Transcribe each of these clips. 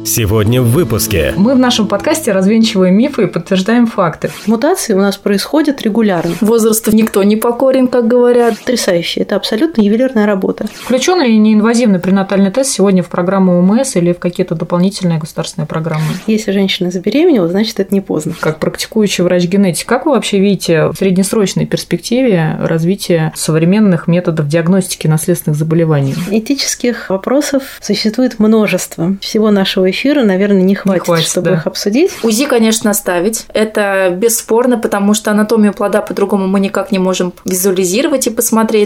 Сегодня в выпуске. Мы в нашем подкасте развенчиваем мифы и подтверждаем факты. Мутации у нас происходят регулярно. Возрасту никто не покорен, как говорят. Потрясающе. Это абсолютно ювелирная работа. Включен ли неинвазивный пренатальный тест сегодня в программу ОМС или в какие-то дополнительные государственные программы? Если женщина забеременела, значит, это не поздно. Как практикующий врач-генетик, как вы вообще видите в среднесрочной перспективе развитие современных методов диагностики наследственных заболеваний? Этических вопросов существует множество. Всего нашего эфира, наверное, не хватит, чтобы их обсудить. УЗИ, конечно, ставить. Это бесспорно, потому что анатомию плода по-другому мы никак не можем визуализировать и посмотреть.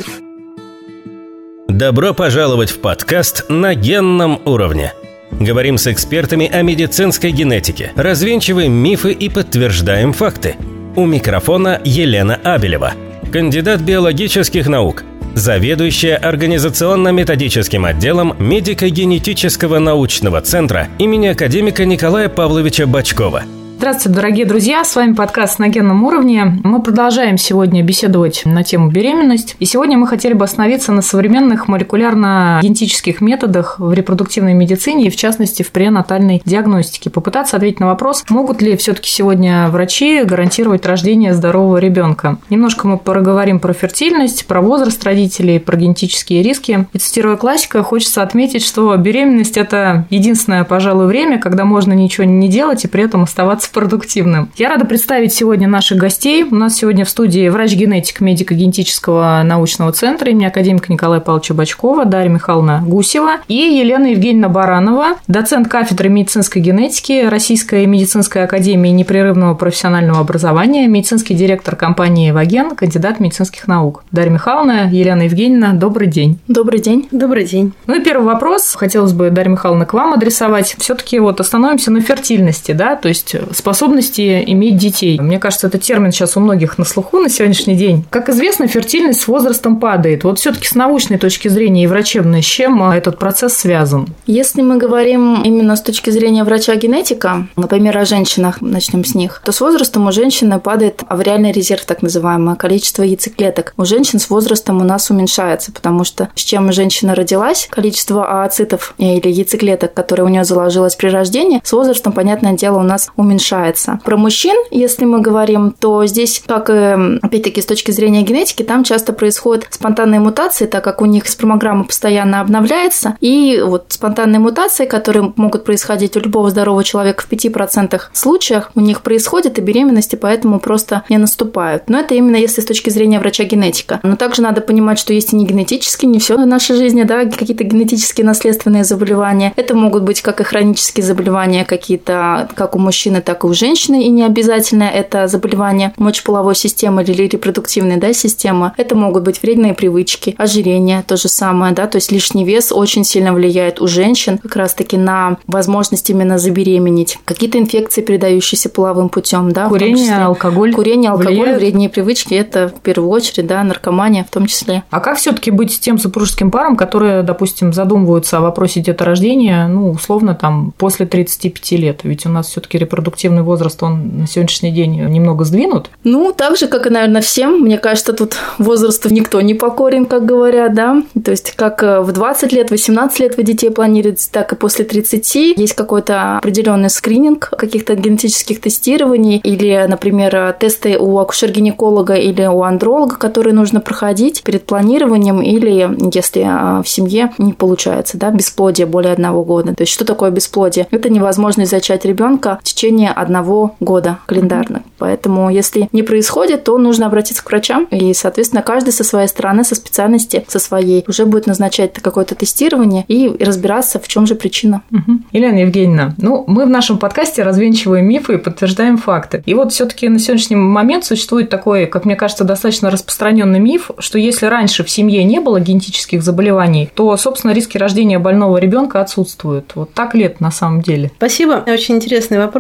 Добро пожаловать в подкаст «На генном уровне». Говорим с экспертами о медицинской генетике, развенчиваем мифы и подтверждаем факты. У микрофона Елена Абелева, кандидат биологических наук, заведующая организационно-методическим отделом медико-генетического научного центра имени академика Николая Павловича Бочкова. Здравствуйте, дорогие друзья! С вами подкаст «На генном уровне». Мы продолжаем сегодня беседовать на тему беременность. И сегодня мы хотели бы остановиться на современных молекулярно-генетических методах в репродуктивной медицине и, в частности, в пренатальной диагностике. Попытаться ответить на вопрос, могут ли все-таки сегодня врачи гарантировать рождение здорового ребенка. Немножко мы проговорим про фертильность, про возраст родителей, про генетические риски. И, цитируя классика, хочется отметить, что беременность – это единственное, пожалуй, время, когда можно ничего не делать и при этом оставаться продуктивным. Я рада представить сегодня наших гостей. У нас сегодня в студии врач-генетик медико-генетического научного центра имени академика Николая Павловича Бочкова Дарья Михайловна Гусева и Елена Евгеньевна Баранова, доцент кафедры медицинской генетики Российской медицинской академии непрерывного профессионального образования, медицинский директор компании «Эвоген», кандидат медицинских наук. Дарья Михайловна, Елена Евгеньевна, добрый день. Добрый день. Добрый день. Ну и первый вопрос хотелось бы, Дарья Михайловна, к вам адресовать. Все-таки вот остановимся на фертильности, да, то есть способности иметь детей. Мне кажется, этот термин сейчас у многих на слуху на сегодняшний день. Как известно, фертильность с возрастом падает. Вот все-таки с научной точки зрения и врачебной, с чем этот процесс связан? Если мы говорим именно с точки зрения врача-генетика, например, о женщинах, начнем с них, то с возрастом у женщины падает овариальный резерв, так называемое, количество яйцеклеток. У женщин с возрастом у нас уменьшается, потому что с чем женщина родилась, количество ооцитов или яйцеклеток, которые у нее заложилось при рождении, с возрастом, понятное дело, у нас уменьшается. Про мужчин, если мы говорим, то здесь, как и, опять-таки, с точки зрения генетики, там часто происходят спонтанные мутации, так как у них спермограмма постоянно обновляется, и вот спонтанные мутации, которые могут происходить у любого здорового человека в 5% случаях, у них происходят, и беременности поэтому просто не наступают. Но это именно если с точки зрения врача-генетика. Но также надо понимать, что есть и не генетические, не все в нашей жизни, да, какие-то генетические наследственные заболевания. Это могут быть как и хронические заболевания какие-то, как у мужчины, так и у женщины, и не обязательно это заболевание мочеполовой системы или репродуктивной, да, системы. Это могут быть вредные привычки, ожирение, то же самое, да, то есть лишний вес очень сильно влияет у женщин как раз-таки на возможность именно забеременеть. Какие-то инфекции, передающиеся половым путем, да, курение, алкоголь. Курение, алкоголь, вредные привычки, это в первую очередь, да, наркомания в том числе. А как все-таки быть с тем супружеским парам, которые, допустим, задумываются о вопросе деторождения, ну, условно, там, после 35 лет? Ведь у нас все-таки репродуктивный возраст, он на сегодняшний день немного сдвинут? Ну, так же, как и, наверное, всем. Мне кажется, тут возрасту никто не покорен, как говорят, да. То есть, как в 20 лет, 18 лет вы детей планируете, так и после 30. Есть какой-то определенный скрининг каких-то генетических тестирований или, например, тесты у акушер-гинеколога или у андролога, которые нужно проходить перед планированием или, если в семье не получается, да, бесплодие более 1 года. То есть, что такое бесплодие? Это невозможность зачать ребенка в течение 1 года календарно. Поэтому, если не происходит, то нужно обратиться к врачам. И, соответственно, каждый со своей стороны, со специальности, со своей, уже будет назначать какое-то тестирование и разбираться, в чем же причина. Елена Евгеньевна, ну, мы в нашем подкасте развенчиваем мифы и подтверждаем факты. И вот все-таки на сегодняшний момент существует такой, как мне кажется, достаточно распространенный миф, что если раньше в семье не было генетических заболеваний, то, собственно, риски рождения больного ребенка отсутствуют. Вот так ли это на самом деле? Спасибо. Очень интересный вопрос. Действительно,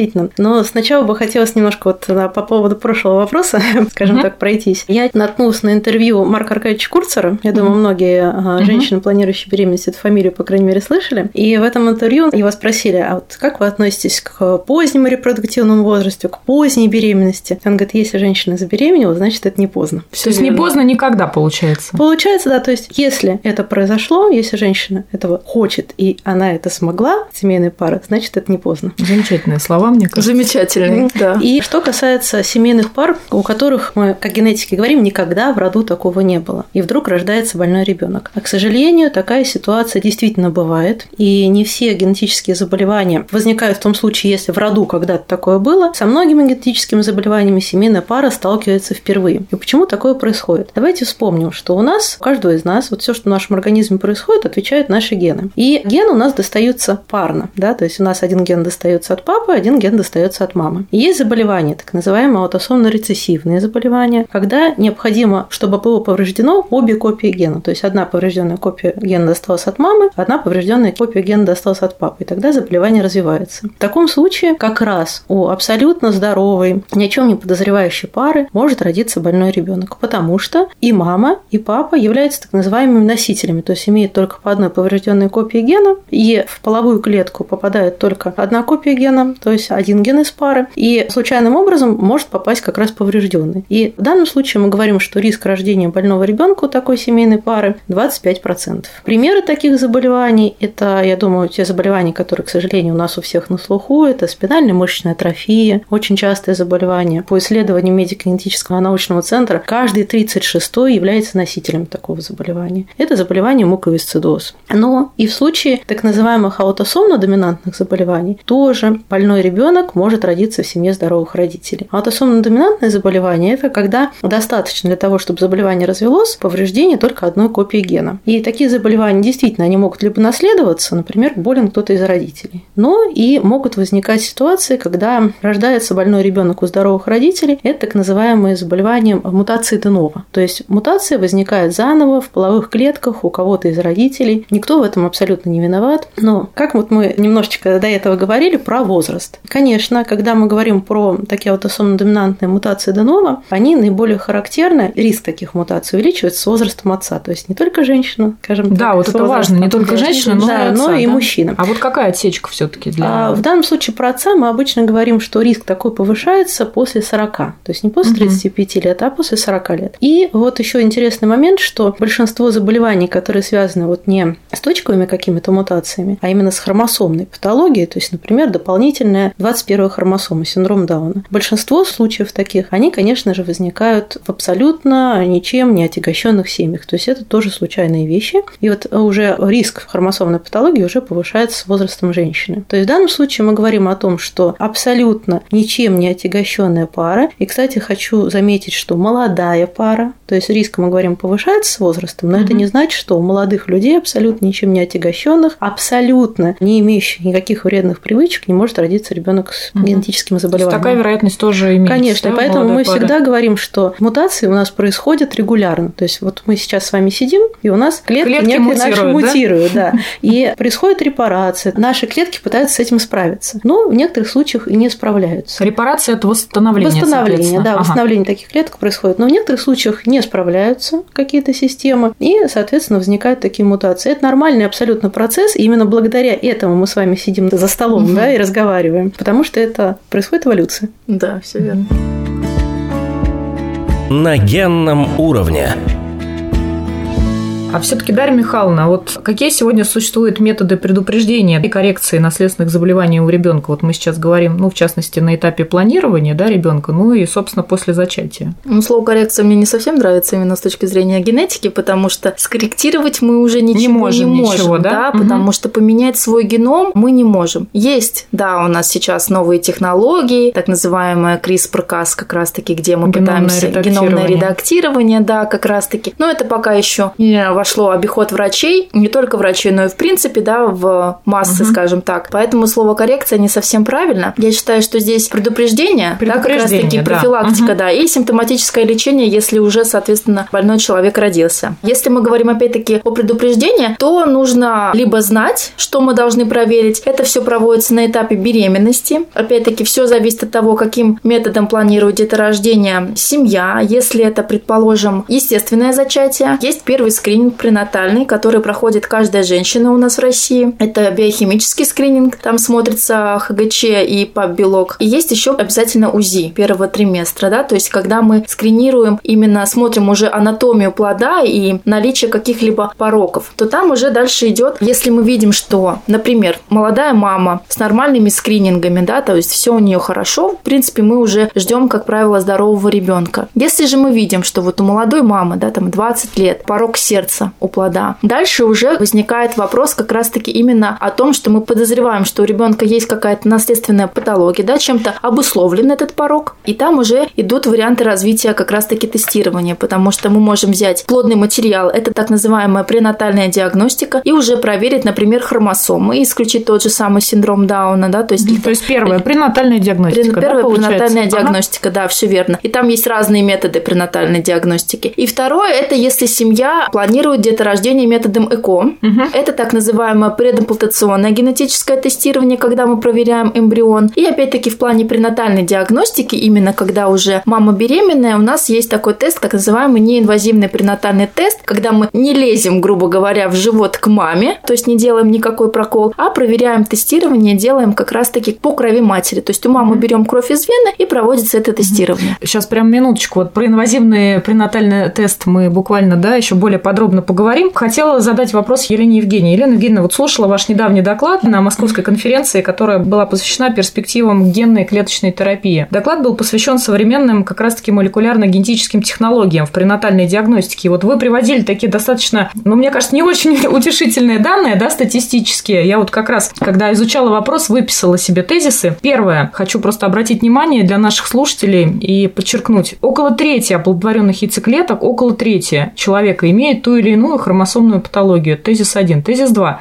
действительно. Но сначала бы хотелось немножко по поводу прошлого вопроса, скажем так, пройтись. Я наткнулась на интервью Марка Аркадьевича Курцера. Я думаю, многие женщины, планирующие беременность, эту фамилию, по крайней мере, слышали. И в этом интервью его спросили, а вот как вы относитесь к позднему репродуктивному возрасту, к поздней беременности? Он говорит, если женщина забеременела, значит, это не поздно. То есть не поздно никогда, получается? Получается, да. То есть если это произошло, если женщина этого хочет, и она это смогла, семейная пара, значит, это не поздно. Замечательные слова, мне кажется. Замечательные, да. И что касается семейных пар, у которых мы, как генетики говорим, никогда в роду такого не было. И вдруг рождается больной ребенок. А, к сожалению, такая ситуация действительно бывает. И не все генетические заболевания возникают в том случае, если в роду когда-то такое было. Со многими генетическими заболеваниями семейная пара сталкивается впервые. И почему такое происходит? Давайте вспомним, что у нас, у каждого из нас, все, что в нашем организме происходит, отвечают наши гены. И гены у нас достаются парно. Да? То есть у нас один ген достается от папы, один ген достается от мамы. И есть заболевания, так называемые аутосомно-рецессивные заболевания, когда необходимо, чтобы было повреждено обе копии гена. То есть одна поврежденная копия гена досталась от мамы, одна поврежденная копия гена досталась от папы. И тогда заболевание развивается. В таком случае как раз у абсолютно здоровой, ни о чем не подозревающей пары может родиться больной ребенок, потому что и мама, и папа являются так называемыми носителями, то есть имеют только по одной поврежденной копии гена, и в половую клетку попадает только одна копия гена, то есть один ген из пары, и случайным образом может попасть как раз поврежденный. И в данном случае мы говорим, что риск рождения больного ребенка у такой семейной пары 25%. Примеры таких заболеваний – это, я думаю, те заболевания, которые, к сожалению, у нас у всех на слуху, это спинальная мышечная атрофия, очень частое заболевание. По исследованию медико-генетического научного центра, каждый 36-й является носителем такого заболевания. Это заболевание муковисцидоз. Но и в случае так называемых аутосомно-доминантных заболеваний тоже больной ребенок может родиться в семье здоровых родителей. Аутосомно-доминантное заболевание – это когда достаточно для того, чтобы заболевание развелось, повреждение только одной копии гена. И такие заболевания действительно они могут либо наследоваться, например, болен кто-то из родителей, но и могут возникать ситуации, когда рождается больной ребенок у здоровых родителей. Это так называемые заболевания мутации де-ново. То есть мутация возникает заново в половых клетках у кого-то из родителей. Никто в этом абсолютно не виноват. Но как вот мы немножечко до этого говорили про возраст. Конечно, когда мы говорим про такие аутосомно-доминантные мутации де-ново, они наиболее характерны. Риск таких мутаций увеличивается с возрастом отца. То есть не только женщина, скажем так. Да, вот это важно. Не только женщина, но, да, и отца, но и мужчина. А вот какая отсечка все-таки для... В данном случае про отца мы обычно говорим, что риск такой повышается после 40. То есть не после 35 лет, а после 40 лет. И вот еще интересный момент, что большинство заболеваний, которые связаны вот не с точковыми какими-то мутациями, а именно с хромосомной патологией, то есть, например, дополнительная 21-я хромосома, синдром Дауна. Большинство случаев таких, они, конечно же, возникают в абсолютно ничем не отягощенных семьях. То есть это тоже случайные вещи. И вот уже риск хромосомной патологии уже повышается с возрастом женщины. То есть в данном случае мы говорим о том, что абсолютно ничем не отягощенная пара. И, кстати, хочу заметить, что молодая пара, то есть риск, мы говорим, повышается с возрастом, но это не значит, что у молодых людей, абсолютно ничем не отягощенных, абсолютно не имеющих никаких вредных привычек, не может родиться ребенок с генетическим заболеванием. Такая вероятность тоже имеется. Конечно, да, поэтому мы всегда говорим, что мутации у нас происходят регулярно. То есть вот мы сейчас с вами сидим, и у нас клетки наши мутируют, да? И происходит репарация. Наши клетки пытаются с этим справиться, но в некоторых случаях и не справляются. Репарация – это восстановление. Восстановление, да, восстановление таких клеток происходит, но в некоторых случаях не справляются какие-то системы, и, соответственно, возникают такие мутации. Это нормальный абсолютно процесс, и именно благодаря этому мы с вами сидим за столом, да, и разговариваем, потому что это происходит эволюция. Да, все верно. На генном уровне. А все-таки, Дарья Михайловна, вот какие сегодня существуют методы предупреждения и коррекции наследственных заболеваний у ребенка? Вот мы сейчас говорим, ну, в частности, на этапе планирования, да, ребенка, ну и, собственно, после зачатия. Ну, слово коррекция мне не совсем нравится именно с точки зрения генетики, потому что скорректировать мы уже ничего не можем, да, потому что поменять свой геном мы не можем. Есть, да, у нас сейчас новые технологии, так называемая CRISPR-Cas, как раз-таки, где мы пытаемся геномное редактирование, да, как раз-таки. Но это пока еще не вошло обиход врачей, не только врачей, но и в принципе, да, в массы, скажем так. Поэтому слово коррекция не совсем правильно. Я считаю, что здесь предупреждение, да, как раз таки профилактика, да, и симптоматическое лечение, если уже, соответственно, больной человек родился. Если мы говорим опять-таки о предупреждении, то нужно либо знать, что мы должны проверить. Это все проводится на этапе беременности. Опять-таки, все зависит от того, каким методом планирует деторождение семья. Если это, предположим, естественное зачатие, есть первый скрининг пренатальный, который проходит каждая женщина у нас в России. Это биохимический скрининг, там смотрится ХГЧ и ПАП-белок. И есть еще обязательно УЗИ первого триместра, да, то есть когда мы скринируем, именно смотрим уже анатомию плода и наличие каких-либо пороков, то там уже дальше идет, если мы видим, что, например, молодая мама с нормальными скринингами, да, то есть все у нее хорошо, в принципе, мы уже ждем, как правило, здорового ребенка. Если же мы видим, что вот у молодой мамы, да, там 20 лет, порок сердца у плода, дальше уже возникает вопрос как раз-таки именно о том, что мы подозреваем, что у ребенка есть какая-то наследственная патология, да, чем-то обусловлен этот порок, и там уже идут варианты развития как раз-таки тестирования, потому что мы можем взять плодный материал, это так называемая пренатальная диагностика, и уже проверить, например, хромосомы, и исключить тот же самый синдром Дауна, да, то есть первая пренатальная диагностика, первая пренатальная диагностика, да, все верно. И там есть разные методы пренатальной диагностики. И второе, это если семья планирует деторождение методом ЭКО. Это так называемое предимплантационное генетическое тестирование, когда мы проверяем эмбрион. И опять-таки в плане пренатальной диагностики, именно когда уже мама беременная, у нас есть такой тест, так называемый неинвазивный пренатальный тест, когда мы не лезем, грубо говоря, в живот к маме, то есть не делаем никакой прокол, а проверяем тестирование, делаем как раз-таки по крови матери. То есть у мамы берем кровь из вены и проводится это тестирование. Сейчас прям минуточку. Вот про инвазивный пренатальный тест мы буквально, да, еще более подробно поговорим. Хотела задать вопрос Елене Евгеньевне. Елена Евгеньевна, вот слушала ваш недавний доклад на Московской конференции, которая была посвящена перспективам генной клеточной терапии. Доклад был посвящен современным как раз-таки молекулярно-генетическим технологиям в пренатальной диагностике. Вот вы приводили такие достаточно, мне кажется, не очень утешительные данные, да, статистические. Я вот как раз, когда изучала вопрос, выписала себе тезисы. Первое, хочу просто обратить внимание для наших слушателей и подчеркнуть. Около трети оплодотворенных яйцеклеток, около трети человека имеет ту или иную хромосомную патологию. Тезис 1. Тезис 2.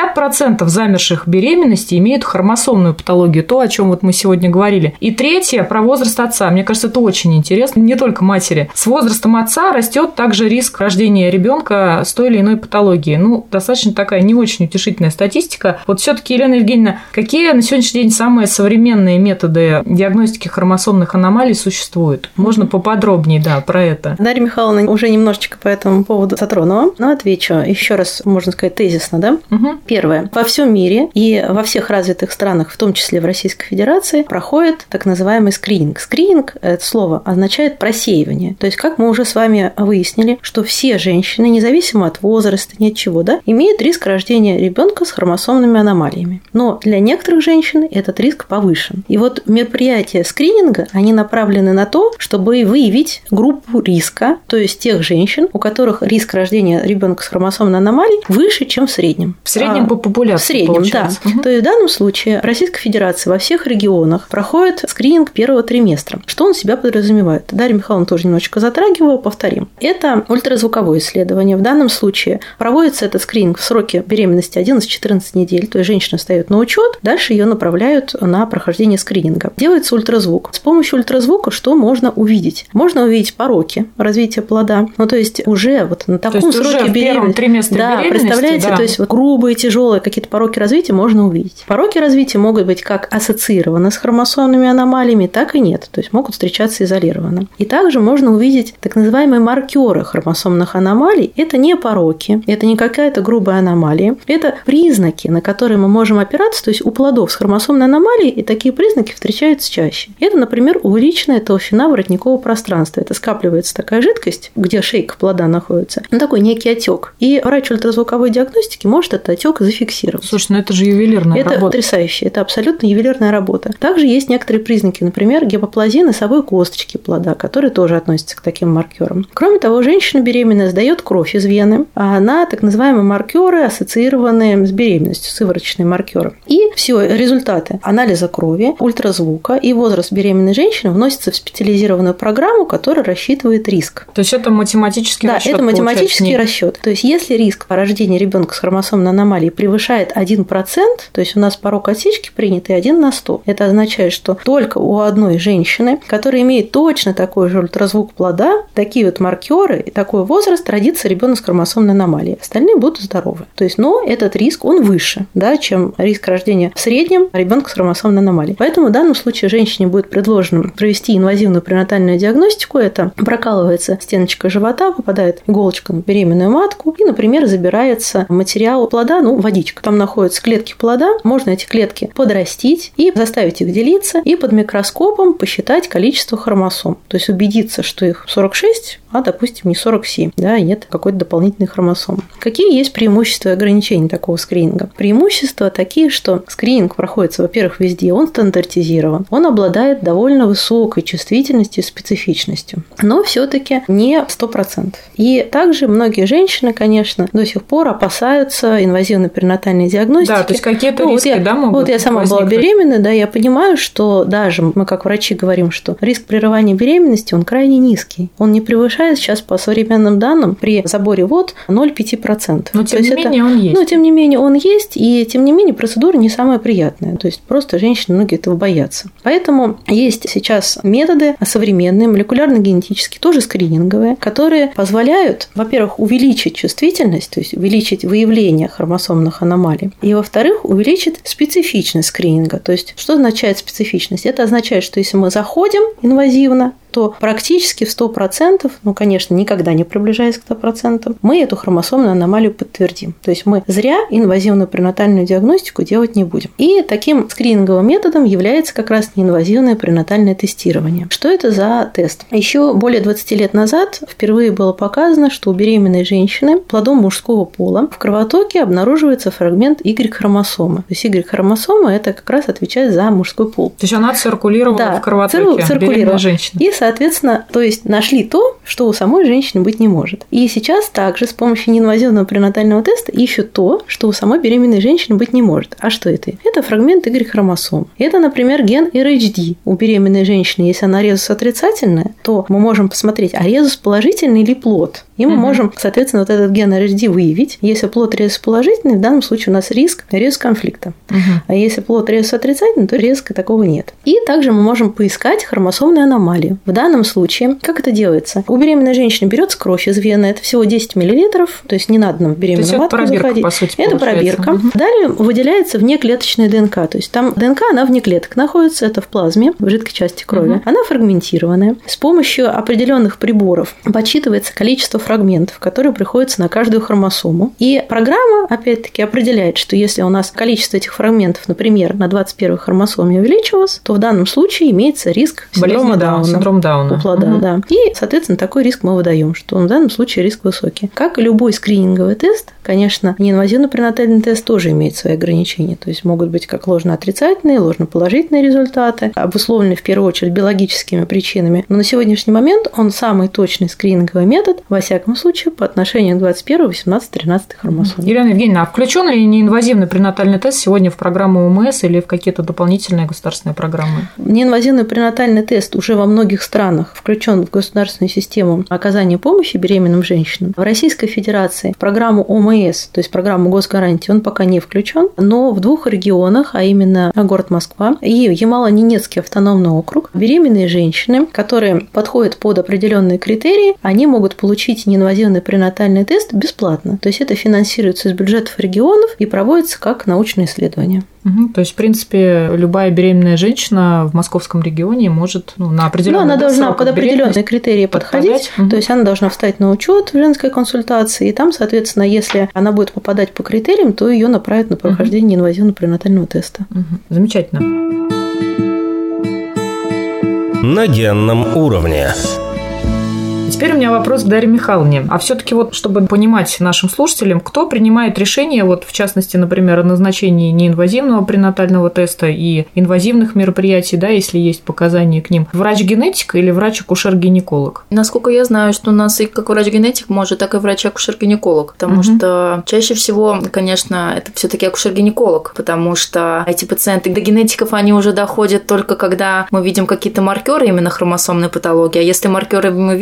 50% замерших беременностей имеют хромосомную патологию, то, о чем вот мы сегодня говорили. И третье, про возраст отца. Мне кажется, это очень интересно, не только матери. С возрастом отца растет также риск рождения ребенка с той или иной патологией. Достаточно такая не очень утешительная статистика. Вот все-таки, Елена Евгеньевна, какие на сегодняшний день самые современные методы диагностики хромосомных аномалий существуют? Можно поподробнее, да, про это? Дарья Михайловна уже немножечко по этому поводу затронула, но отвечу еще раз, можно сказать, тезисно, да? Первое. Во всем мире и во всех развитых странах, в том числе в Российской Федерации, проходит так называемый скрининг. Скрининг, это слово, означает просеивание. То есть, как мы уже с вами выяснили, что все женщины, независимо от возраста, ни от чего, да, имеют риск рождения ребенка с хромосомными аномалиями. Но для некоторых женщин этот риск повышен. И вот мероприятия скрининга, они направлены на то, чтобы выявить группу риска, то есть тех женщин, у которых риск рождения ребенка с хромосомной аномалией выше, чем в среднем. В среднем по популяции, в среднем, получается. Да. То есть в данном случае в Российской Федерации во всех регионах проходит скрининг первого триместра. Что он себя подразумевает? Дарья Михайловна тоже немножечко затрагивала, повторим. Это ультразвуковое исследование. В данном случае проводится этот скрининг в сроке беременности 11-14 недель, то есть женщина встает на учет, дальше ее направляют на прохождение скрининга. Делается ультразвук. С помощью ультразвука что можно увидеть? Можно увидеть пороки развития плода. То есть уже вот на таком сроке беременности, представляете, да. То есть вот грубые, тяжелые какие-то пороки развития можно увидеть. Пороки развития могут быть как ассоциированы с хромосомными аномалиями, так и нет. То есть могут встречаться изолированно. И также можно увидеть так называемые маркеры хромосомных аномалий. Это не пороки, это не какая-то грубая аномалия. Это признаки, на которые мы можем опираться. То есть у плодов с хромосомной аномалией и такие признаки встречаются чаще. Это, например, увеличенная толщина воротникового пространства. Это скапливается такая жидкость, где шейка плода находится. Такой некий отек. И врач ультразвуковой диагностики может этот отек зафиксировать. Слушай, это же ювелирная работа. Это потрясающе. Это абсолютно ювелирная работа. Также есть некоторые признаки, например, гипоплазии носовой косточки плода, которые тоже относятся к таким маркерам. Кроме того, женщина беременная сдает кровь из вены, а она так называемые маркеры, ассоциированные с беременностью, сывороточные маркеры. И все результаты анализа крови, ультразвука и возраст беременной женщины вносятся в специализированную программу, которая рассчитывает риск. То есть это математический расчет. Да, это математический математический расчет. То есть, если риск рождения ребенка с хромосомной аномалией превышает 1%, то есть у нас порог отсечки принятый 1 на 100, это означает, что только у одной женщины, которая имеет точно такой же ультразвук плода, такие вот маркеры и такой возраст, родится ребенок с хромосомной аномалией. Остальные будут здоровы. То есть, но этот риск, он выше, да, чем риск рождения в среднем ребенка с хромосомной аномалией. Поэтому в данном случае женщине будет предложено провести инвазивную пренатальную диагностику. Это прокалывается стеночка живота, попадает иголочка на беременную матку и, например, забирается материал плода, водичка. Там находятся клетки плода, можно эти клетки подрастить и заставить их делиться, и под микроскопом посчитать количество хромосом. То есть убедиться, что их 46, а, допустим, не 47, да, и нет какой-то дополнительной хромосомы. Какие есть преимущества и ограничения такого скрининга? Преимущества такие, что скрининг проходится, во-первых, везде, он стандартизирован, он обладает довольно высокой чувствительностью и специфичностью, но все-таки не 100%. И также многие женщины, конечно, до сих пор опасаются инвазивной перинатальной диагностики. Да, то есть какие-то риски, могут Вот я сама возникнуть. была беременна, да, я понимаю, что даже мы, как врачи, говорим, что риск прерывания беременности, он крайне низкий. Он не превышает сейчас по современным данным при заборе вод 0,5%. Но тем не менее он есть. Тем не менее он есть, и тем не менее процедура не самая приятная. То есть просто женщины многие этого боятся. Поэтому есть сейчас методы современные, молекулярно-генетические, тоже скрининговые, которые позволяют, во-первых, увеличить чувствительность, то есть увеличить выявление хромосомных аномалий, и, во-вторых, увеличить специфичность скрининга. То есть что означает специфичность? Это означает, что если мы заходим инвазивно, то практически в 100%, конечно, никогда не приближаясь к 100%, мы эту хромосомную аномалию подтвердим. То есть мы зря инвазивную пренатальную диагностику делать не будем. И таким скрининговым методом является как раз неинвазивное пренатальное тестирование. Что это за тест? Еще более 20 лет назад впервые было показано, что у беременной женщины плодом мужского пола в кровотоке обнаруживается фрагмент Y-хромосомы. То есть Y-хромосома это как раз отвечает за мужской пол. То есть она циркулировала в кровотоке беременной женщины. И, соответственно, то есть нашли то, что у самой женщины быть не может. И сейчас также с помощью неинвазивного пренатального теста ищут то, что у самой беременной женщины быть не может. А что это? Это фрагмент Y-хромосом. Это, например, ген RHD. У беременной женщины, если она резус отрицательная, то мы можем посмотреть, а резус положительный или плод. И мы можем, соответственно, вот этот ген RHD выявить. Если плод резус положительный, в данном случае у нас риск резус-конфликта. А если плод резус отрицательный, то риска такого нет. И также мы можем поискать хромосомные аномалии. В данном случае, как это делается? У беременной женщины берется кровь из вены, это всего 10 мл, то есть не надо нам в беременную матку заходить. По сути, это пробирка. Далее выделяется внеклеточная ДНК, то есть там ДНК, она вне клеток находится, это в плазме, в жидкой части крови. Она фрагментированная. С помощью определенных приборов подсчитывается количество фрагментов, которые приходятся на каждую хромосому. И программа, опять-таки, определяет, что если у нас количество этих фрагментов, например, на 21-й хромосоме увеличилось, то в данном случае имеется риск синдрома Дауна. У плода, да. И, соответственно, такой риск мы выдаем, что в данном случае риск высокий. Как и любой скрининговый тест, конечно, неинвазивный пренатальный тест тоже имеет свои ограничения. То есть могут быть как ложно-отрицательные, ложно-положительные результаты, обусловленные в первую очередь биологическими причинами. Но на сегодняшний момент он самый точный скрининговый метод, во всяком случае, по отношению к 21, 18, 13 хромосоме. Елена Евгеньевна, а включен ли неинвазивный пренатальный тест сегодня в программу ОМС или в какие-то дополнительные государственные программы? Неинвазивный пренатальный тест уже во многих странах включен в государственную систему оказания помощи беременным женщинам. В Российской Федерации в программу ОМС, то есть программу госгарантии, он пока не включен, но в 2 регионах, а именно город Москва и Ямало-Ненецкий автономный округ, беременные женщины, которые подходят под определенные критерии, они могут получить неинвазивный пренатальный тест бесплатно. То есть это финансируется из бюджетов регионов и проводится как научное исследование. То есть, в принципе, любая беременная женщина в московском регионе может на определенный она должна под определенные критерии подходить. То есть она должна встать на учет в женской консультации, и там, соответственно, если она будет попадать по критериям, то ее направят на прохождение неинвазивного пренатального теста. Замечательно. На генном уровне. Теперь у меня вопрос к Дарье Михайловне. А все-таки чтобы понимать нашим слушателям, кто принимает решение, в частности, например, о назначении неинвазивного пренатального теста и инвазивных мероприятий, да, если есть показания к ним, врач-генетик или врач-акушер-гинеколог? Насколько я знаю, что у нас и как врач-генетик может, так и врач-акушер-гинеколог, потому что чаще всего, конечно, это все-таки акушер-гинеколог, потому что эти пациенты до генетиков, они уже доходят только когда мы видим какие-то маркеры именно хромосомной патологии, а если маркеры мы видим, честно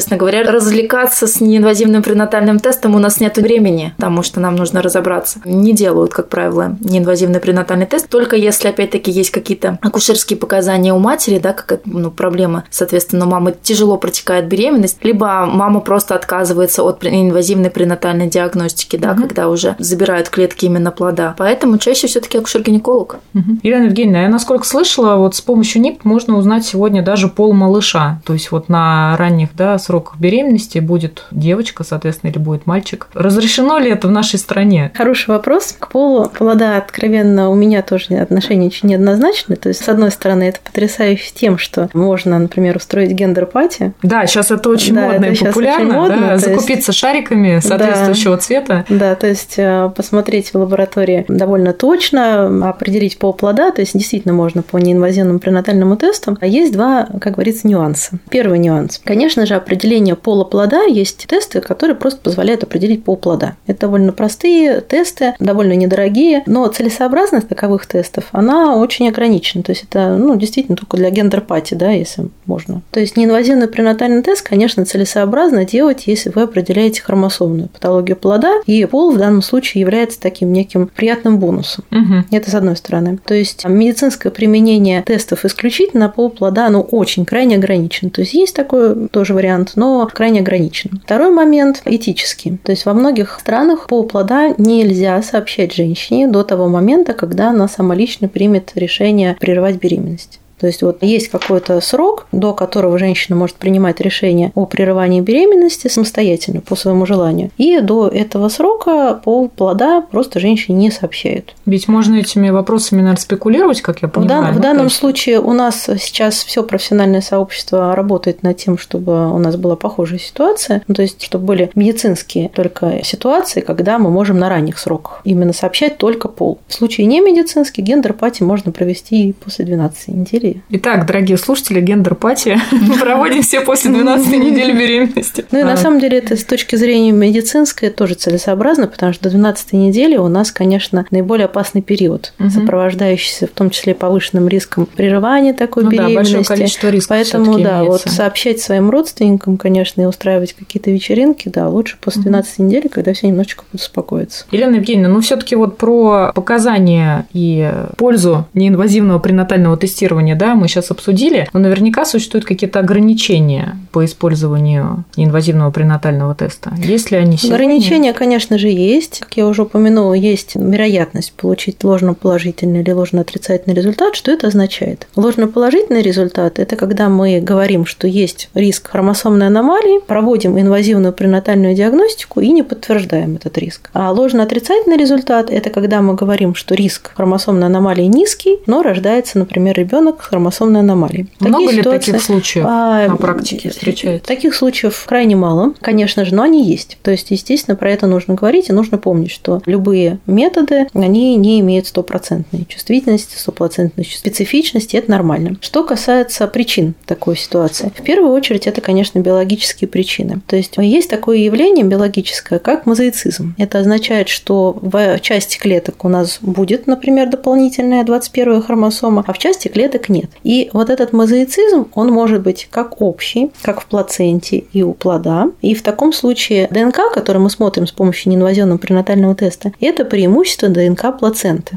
честно говоря. Развлекаться с неинвазивным пренатальным тестом у нас нет времени, потому что нам нужно разобраться. Не делают, как правило, неинвазивный пренатальный тест, только если, опять-таки, есть какие-то акушерские показания у матери, да, какая-то проблема, соответственно, у мамы тяжело протекает беременность, либо мама просто отказывается от инвазивной пренатальной диагностики, да, когда уже забирают клетки именно плода. Поэтому чаще все-таки акушер-гинеколог. Елена Евгеньевна, я насколько слышала, вот с помощью НИПТ можно узнать сегодня даже пол малыша. То есть вот на ранних, да, сроках беременности будет девочка, соответственно, или будет мальчик. Разрешено ли это в нашей стране? Хороший вопрос. К полу плода, откровенно, у меня тоже отношения очень неоднозначны. То есть, с одной стороны, это потрясающе тем, что можно, например, устроить гендер-пати. Да, сейчас это очень модно и популярно. Модно, да, закупиться шариками соответствующего цвета. Да, то есть посмотреть в лаборатории довольно точно, определить пол плода, то есть действительно можно по неинвазивному пренатальному тесту. А есть два, как говорится, нюанса. Первый нюанс. Конечно же, определение пола плода есть тесты, которые просто позволяют определить пол плода. Это довольно простые тесты, довольно недорогие, но целесообразность таковых тестов, она очень ограничена. То есть это, действительно только для гендер-пати, да, если можно. То есть неинвазивный пренатальный тест, конечно, целесообразно делать, если вы определяете хромосомную патологию плода, и пол в данном случае является таким неким приятным бонусом. Это с одной стороны. То есть медицинское применение тестов исключительно на пол плода, очень крайне ограничено. То есть есть такой тоже вариант, но крайне ограничен. Второй момент – этический. То есть во многих странах пол плода нельзя сообщать женщине до того момента, когда она сама лично примет решение прервать беременность. То есть вот есть какой-то срок, до которого женщина может принимать решение о прерывании беременности самостоятельно по своему желанию. И до этого срока пол плода просто женщине не сообщают. Ведь можно этими вопросами, наверное, спекулировать, как я понимаю. В данном случае у нас сейчас все профессиональное сообщество работает над тем, чтобы у нас была похожая ситуация. То есть, чтобы были медицинские только ситуации, когда мы можем на ранних сроках именно сообщать только пол. В случае не медицинских гендер-пати можно провести и после 12 недели. Итак, дорогие слушатели, гендер-пати проводим все после 12 недели беременности. И на самом деле это с точки зрения медицинской тоже целесообразно, потому что до 12 недели у нас, конечно, наиболее опасный период, сопровождающийся в том числе повышенным риском прерывания такой беременности. Да, большое количество рисков. Поэтому, вот сообщать своим родственникам, конечно, и устраивать какие-то вечеринки, лучше после 12 недели, когда все немножечко будут успокоиться. Елена Евгеньевна, все-таки вот про показания и пользу неинвазивного пренатального тестирования, мы сейчас обсудили, но наверняка существуют какие-то ограничения по использованию неинвазивного пренатального теста. Есть ли они сегодня? Ограничения, конечно же, есть. Как я уже упомянула, есть вероятность получить ложноположительный или ложноотрицательный результат. Что это означает? Ложноположительный результат – это когда мы говорим, что есть риск хромосомной аномалии, проводим инвазивную пренатальную диагностику и не подтверждаем этот риск. А ложноотрицательный результат – это когда мы говорим, что риск хромосомной аномалии низкий, но рождается, например, ребенок с хромосомной аномалией. Много ли таких случаев на практике встречается? Таких случаев крайне мало, конечно же, но они есть. То есть, естественно, про это нужно говорить, и нужно помнить, что любые методы, они не имеют стопроцентной чувствительности, стопроцентной специфичности, это нормально. Что касается причин такой ситуации, в первую очередь это, конечно, биологические причины. То есть, есть такое явление биологическое, как мозаицизм. Это означает, что в части клеток у нас будет, например, дополнительная 21-я хромосома, а в части клеток нет. И вот этот мозаицизм, он может быть как общий, как в плаценте и у плода. И в таком случае ДНК, который мы смотрим с помощью неинвазивного пренатального теста, это преимущество ДНК плаценты.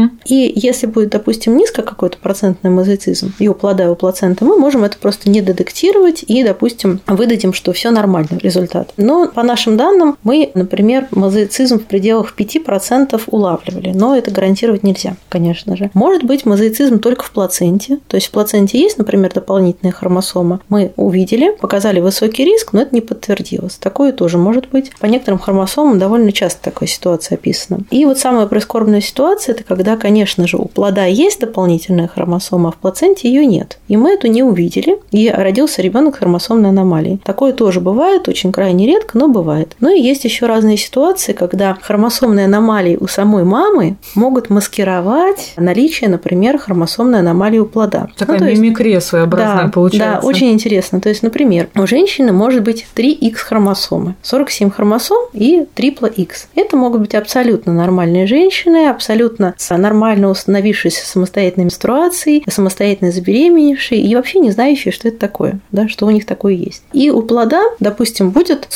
И если будет, допустим, низко какой-то процентный мозаицизм и у плода, и у плаценты, мы можем это просто не детектировать и, допустим, выдадим, что все нормально, результат. Но по нашим данным мы, например, мозаицизм в пределах 5% улавливали, но это гарантировать нельзя, конечно же. Может быть мозаицизм только в плаценте, то есть в плаценте есть, например, дополнительная хромосома, мы увидели, показали высокий риск, но это не подтвердилось. Такое тоже может быть. По некоторым хромосомам довольно часто такая ситуация описана. И вот самая прискорбная ситуация – это когда, конечно же, у плода есть дополнительная хромосома, а в плаценте ее нет. И мы эту не увидели, и родился ребенок с хромосомной аномалией. Такое тоже бывает, очень крайне редко, но бывает. Ну и есть еще разные ситуации, когда хромосомные аномалии у самой мамы могут маскировать наличие, например, хромосомной аномалии у плода. Такая мимикрия своеобразная получается. Да, очень интересно. То есть, например, у женщины может быть 3Х хромосомы, 47 хромосом и трипла Х. Это могут быть абсолютно нормальные женщины, абсолютно нормально установившиеся самостоятельной менструацией, самостоятельно забеременевшие и вообще не знающие, что это такое, да, что у них такое есть. И у плода, допустим, будет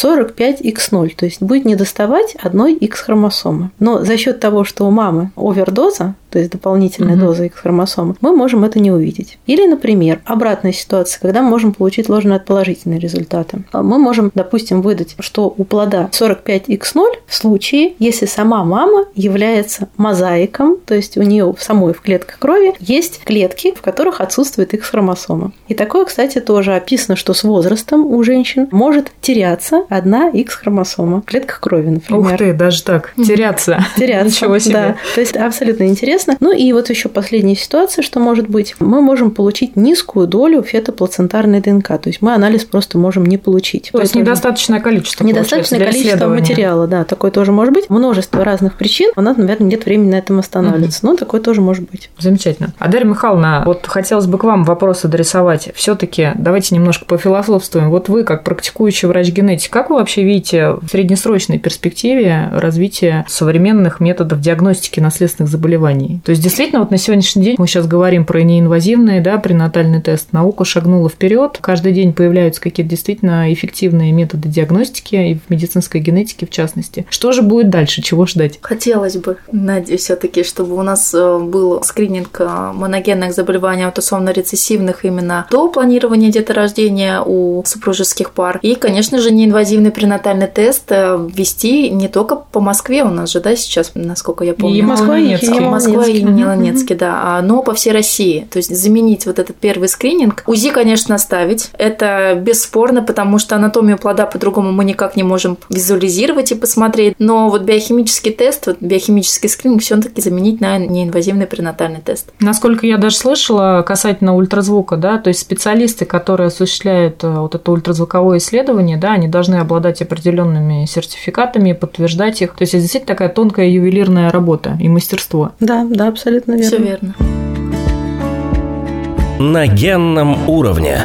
45Х0, то есть будет недоставать одной Х хромосомы. Но за счет того, что у мамы овердоза, то есть дополнительная доза Х-хромосомы, мы можем это не увидеть. Или, например, обратная ситуация, когда мы можем получить ложноположительные результаты. Мы можем, допустим, выдать, что у плода 45Х0 в случае, если сама мама является мозаиком, то есть у нее самой в клетках крови есть клетки, в которых отсутствует Х-хромосома. И такое, кстати, тоже описано, что с возрастом у женщин может теряться одна Х-хромосома в клетках крови, например. Ух ты, даже так, теряться. Ничего себе. Да. То есть абсолютно интересно. Ну и вот еще последняя ситуация, что может быть. Мы можем получить низкую долю фетоплацентарной ДНК. То есть мы анализ просто можем не получить. То есть недостаточное количество. Недостаточное количество материала, да. Такое тоже может быть. Множество разных причин. У нас, наверное, нет времени на этом останавливаться. Но такое тоже может быть. Замечательно. А Дарья Михайловна, вот хотелось бы к вам вопрос адресовать. Все-таки давайте немножко пофилософствуем. Вот вы, как практикующий врач-генетик, как вы вообще видите в среднесрочной перспективе развитие современных методов диагностики наследственных заболеваний? То есть, действительно, вот на сегодняшний день мы сейчас говорим про неинвазивный, да, пренатальный тест. Наука шагнула вперед. Каждый день появляются какие-то действительно эффективные методы диагностики и в медицинской генетике в частности. Что же будет дальше? Чего ждать? Хотелось бы, Надя, все-таки, чтобы у нас был скрининг моногенных заболеваний аутосомно-рецессивных именно до планирования деторождения у супружеских пар. И, конечно же, неинвазивный пренатальный тест ввести не только по Москве, у нас же, да, сейчас, насколько я помню. И Москва, и Москва и Меланецкий, да, но по всей России. То есть заменить вот этот первый скрининг. УЗИ, конечно, оставить. Это бесспорно, потому что анатомию плода по-другому мы никак не можем визуализировать и посмотреть. Но вот биохимический тест, вот биохимический скрининг все-таки заменить на неинвазивный пренатальный тест. Насколько я даже слышала касательно ультразвука, да, то есть специалисты, которые осуществляют вот это ультразвуковое исследование, да, они должны обладать определенными сертификатами, подтверждать их. То есть это действительно такая тонкая ювелирная работа и мастерство. Да, абсолютно верно. Все верно. На генном уровне.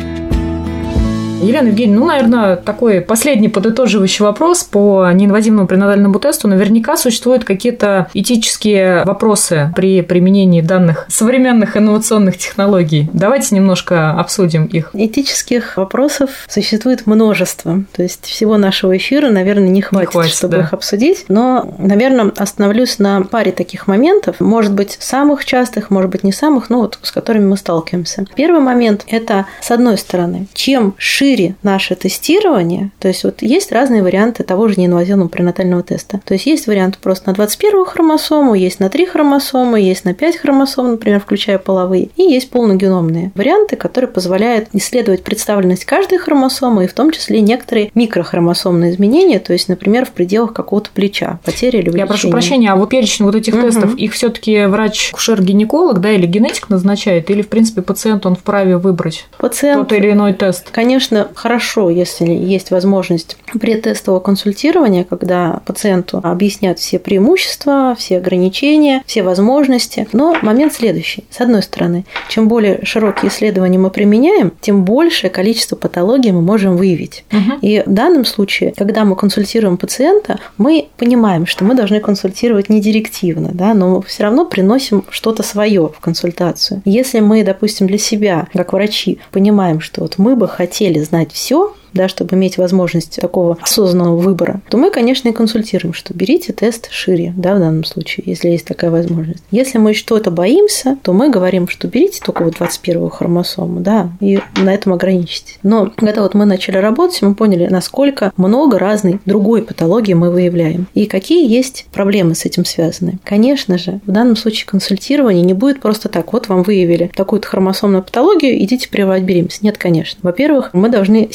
Елена Евгеньевна, наверное, такой последний подытоживающий вопрос по неинвазивному пренатальному тесту. Наверняка существуют какие-то этические вопросы при применении данных современных инновационных технологий. Давайте немножко обсудим их. Этических вопросов существует множество. То есть всего нашего эфира, наверное, не хватит чтобы их обсудить. Но, наверное, остановлюсь на паре таких моментов. Может быть, самых частых, может быть, не самых, но вот с которыми мы сталкиваемся. Первый момент – это, с одной стороны, чем шире наше тестирование, то есть вот есть разные варианты того же неинвазивного пренатального теста. То есть есть вариант просто на 21 хромосому, есть на 3 хромосомы, есть на 5 хромосом, например, включая половые, и есть полногеномные варианты, которые позволяют исследовать представленность каждой хромосомы и в том числе некоторые микрохромосомные изменения, то есть, например, в пределах какого-то плеча, потери или увеличения. Я прошу прощения, а вот перечень вот этих тестов, их все-таки врач-акушер-гинеколог, да, или генетик назначает, или, в принципе, пациент, он вправе выбрать тот или иной тест? Конечно, хорошо, если есть возможность предтестового консультирования, когда пациенту объяснят все преимущества, все ограничения, все возможности. Но момент следующий. С одной стороны, чем более широкие исследования мы применяем, тем большее количество патологий мы можем выявить. И в данном случае, когда мы консультируем пациента, мы понимаем, что мы должны консультировать не директивно, да, но все равно приносим что-то свое в консультацию. Если мы, допустим, для себя, как врачи, понимаем, что вот мы бы хотели знать все, да, чтобы иметь возможность такого осознанного выбора, то мы, конечно, и консультируем, что берите тест шире, да, в данном случае, если есть такая возможность. Если мы что-то боимся, то мы говорим, что берите только вот 21-ю хромосому, да, и на этом ограничитесь. Но когда вот мы начали работать, мы поняли, насколько много разной другой патологии мы выявляем и какие есть проблемы с этим связаны. Конечно же, в данном случае консультирование не будет просто так, вот вам выявили такую-то хромосомную патологию, идите прививать беременность. Нет, конечно. Во-первых, мы должны семье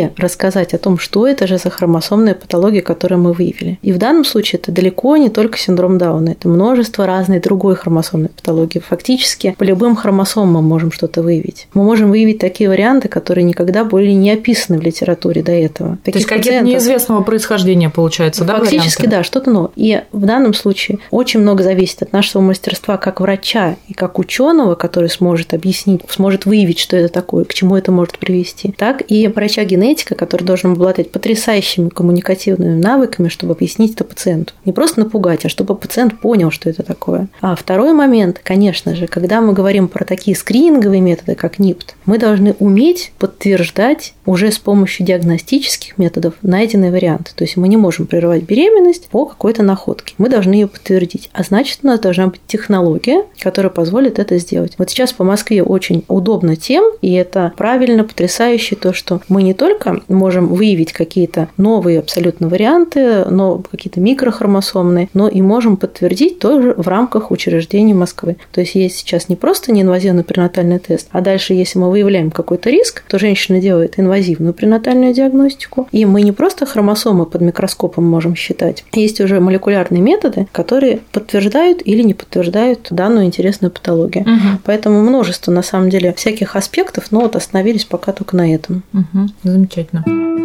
и рассказать о том, что это же за хромосомная патология, которую мы выявили. И в данном случае это далеко не только синдром Дауна, это множество разной другой хромосомной патологии. Фактически по любым хромосомам мы можем что-то выявить. Мы можем выявить такие варианты, которые никогда были не описаны в литературе до этого. То есть какие-то неизвестного происхождения получается, да? Фактически, варианты? Да, что-то новое. И в данном случае очень много зависит от нашего мастерства как врача и как ученого, который сможет объяснить, сможет выявить, что это такое, к чему это может привести, так и врача-генетика, который должен обладать потрясающими коммуникативными навыками, чтобы объяснить это пациенту. Не просто напугать, а чтобы пациент понял, что это такое. А второй момент, конечно же, когда мы говорим про такие скрининговые методы, как НИПТ, мы должны уметь подтверждать уже с помощью диагностических методов найденные варианты. То есть мы не можем прерывать беременность по какой-то находке. Мы должны ее подтвердить. А значит, у нас должна быть технология, которая позволит это сделать. Вот сейчас по Москве очень удобно тем, и это правильно, потрясающе, то, что мы не только можем выявить какие-то новые абсолютно варианты, но какие-то микрохромосомные, но и можем подтвердить тоже в рамках учреждений Москвы. То есть есть сейчас не просто неинвазивный пренатальный тест, а дальше, если мы выявляем какой-то риск, то женщина делает инвазивную пренатальную диагностику, и мы не просто хромосомы под микроскопом можем считать. Есть уже молекулярные методы, которые подтверждают или не подтверждают данную интересную патологию. Угу. Поэтому множество, на самом деле, всяких аспектов, но вот остановились пока только на этом. Угу. Замечательно.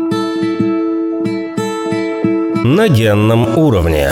На генном уровне.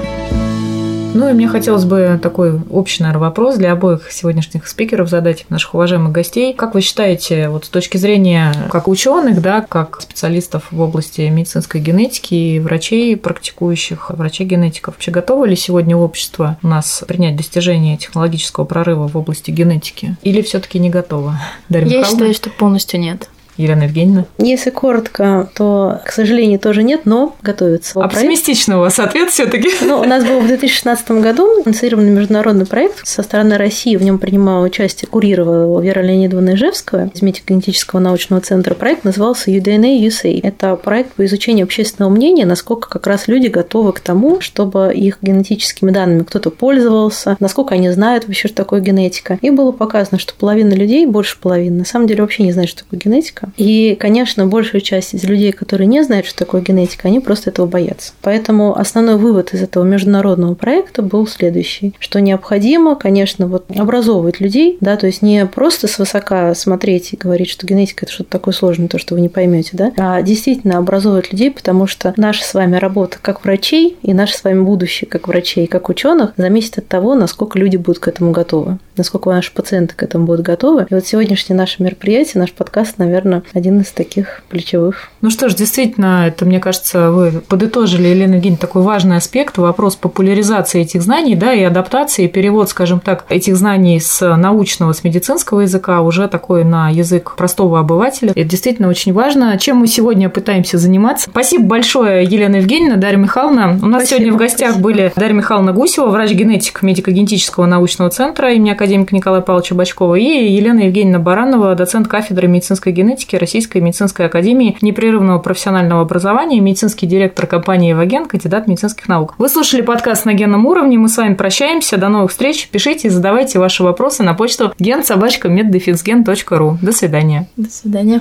Ну и мне хотелось бы такой общий, наверное, вопрос для обоих сегодняшних спикеров задать, наших уважаемых гостей. Как вы считаете, вот с точки зрения как ученых, да, как специалистов в области медицинской генетики и врачей, практикующих, врачей-генетиков, вообще готово ли сегодня общество у нас принять достижения технологического прорыва в области генетики? Или все-таки не готово? Дарья Я Михайловна? считаю, что полностью нет. Елена Евгеньевна? Если коротко, то, к сожалению, тоже нет, но готовится. Оптимистичный у вас ответ все-таки. Ну, у нас был в 2016 году инициированный международный проект со стороны России. В нем принимала участие, курировала его Вера Леонидовна Ижевская из Медико-генетического научного центра. Проект назывался UDNA USA. Это проект по изучению общественного мнения, насколько как раз люди готовы к тому, чтобы их генетическими данными кто-то пользовался, насколько они знают вообще, что такое генетика. И было показано, что половина людей, больше половины, на самом деле вообще не знает, что такое генетика. И, конечно, большая часть из людей, которые не знают, что такое генетика, они просто этого боятся. Поэтому основной вывод из этого международного проекта был следующий, что необходимо, конечно, вот образовывать людей, да, то есть не просто свысока смотреть и говорить, что генетика – это что-то такое сложное, то, что вы не поймете, да, а действительно образовывать людей, потому что наша с вами работа как врачей и наше с вами будущее как врачей и как ученых зависит от того, насколько люди будут к этому готовы, насколько наши пациенты к этому будут готовы. И вот сегодняшнее наше мероприятие, наш подкаст, наверное, один из таких ключевых. Ну что ж, действительно, это, мне кажется, вы подытожили, Елена Евгеньевна, такой важный аспект, вопрос популяризации этих знаний, да, и адаптации, и перевод, скажем так, этих знаний с научного, с медицинского языка уже такой на язык простого обывателя. Это действительно очень важно. Чем мы сегодня пытаемся заниматься. Спасибо большое, Елена Евгеньевна, Дарья Михайловна. У нас сегодня в гостях были Дарья Михайловна Гусева, врач-генетик Медико-генетического научного центра имени академика Николая Павловича Бочкова, и Елена Евгеньевна Баранова, доцент кафедры медицинской генетики Российской медицинской академии непрерывного профессионального образования, медицинский директор компании «Эвоген», кандидат медицинских наук. Вы слушали подкаст «На генном уровне». Мы с вами прощаемся. До новых встреч. Пишите и задавайте ваши вопросы на почту gen@med-gen.ru. До свидания. До свидания.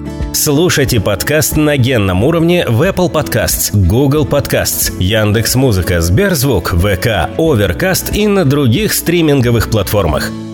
Слушайте подкаст «На генном уровне» в Apple Podcasts, Google Podcasts, Яндекс.Музыка, Сберзвук, ВК, Overcast и на других стриминговых платформах.